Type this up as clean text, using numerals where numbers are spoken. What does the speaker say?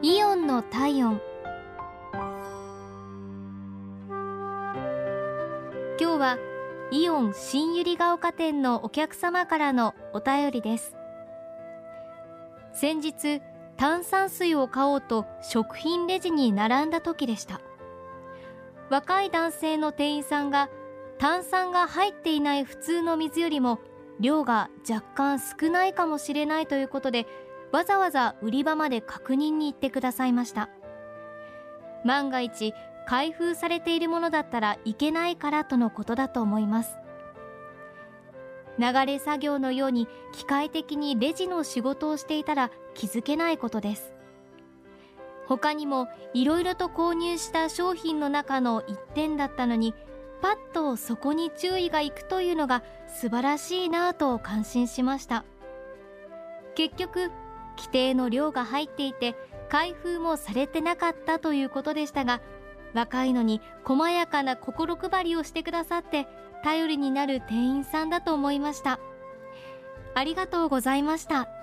イオンの体温。今日はイオン新百合ヶ丘店のお客様からのお便りです。先日炭酸水を買おうと食品レジに並んだ時でした。若い男性の店員さんが炭酸が入っていない普通の水よりも量が若干少ないかもしれないということで、わざわざ売り場まで確認に行ってくださいました。万が一開封されているものだったらいけないからとのことだと思います。流れ作業のように機械的にレジの仕事をしていたら気づけないことです。他にもいろいろと購入した商品の中の一点だったのに、パッとそこに注意がいくというのが素晴らしいなぁと感心しました。結局規定の量が入っていて開封もされてなかったということでしたが、若いのに細やかな心配りをしてくださって頼りになる店員さんだと思いました。ありがとうございました。